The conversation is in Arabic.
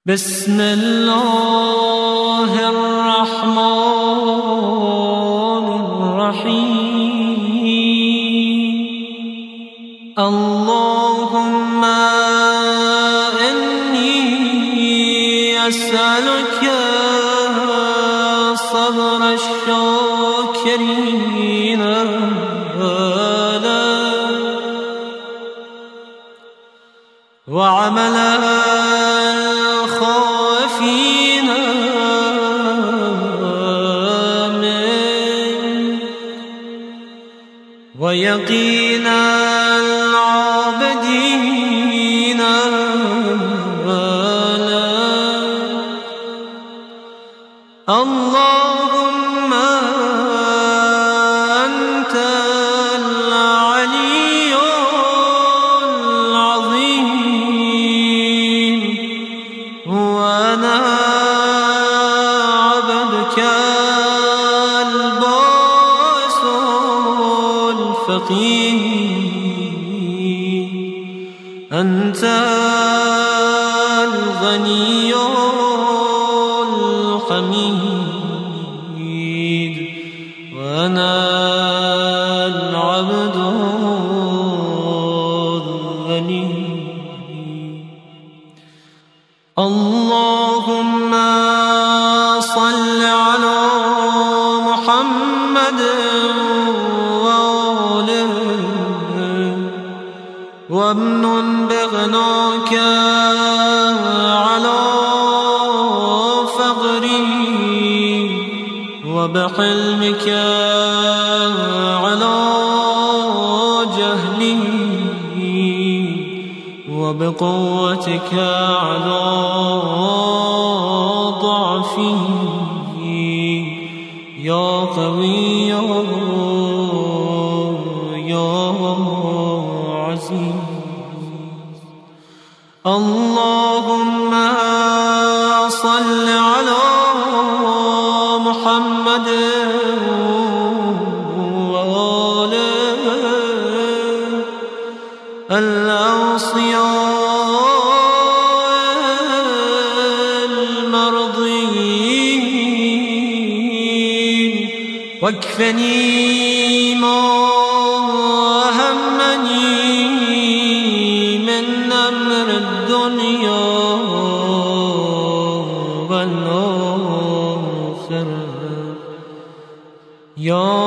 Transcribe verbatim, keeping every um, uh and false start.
بسم الله الرحمن الرحيم. اللهم إني أسألك صبر الشاكرين وعمل الخائفين منك ويقين العابدين لك. اللهم أنت العلي العظيم وأنا عبدك البائس الفقير. أنت الغني الحميد وأنا العبد الذليل. اللهم صل على محمد وآله وامنن بغناك على فقري وبحلمك على جهلي وبقوتك على ضعفي يا قوي يا عزيز. اللهم صل على محمد وآله الأوصياء المرضين واكفني ما همني من أمر الدنيا والآخرة يا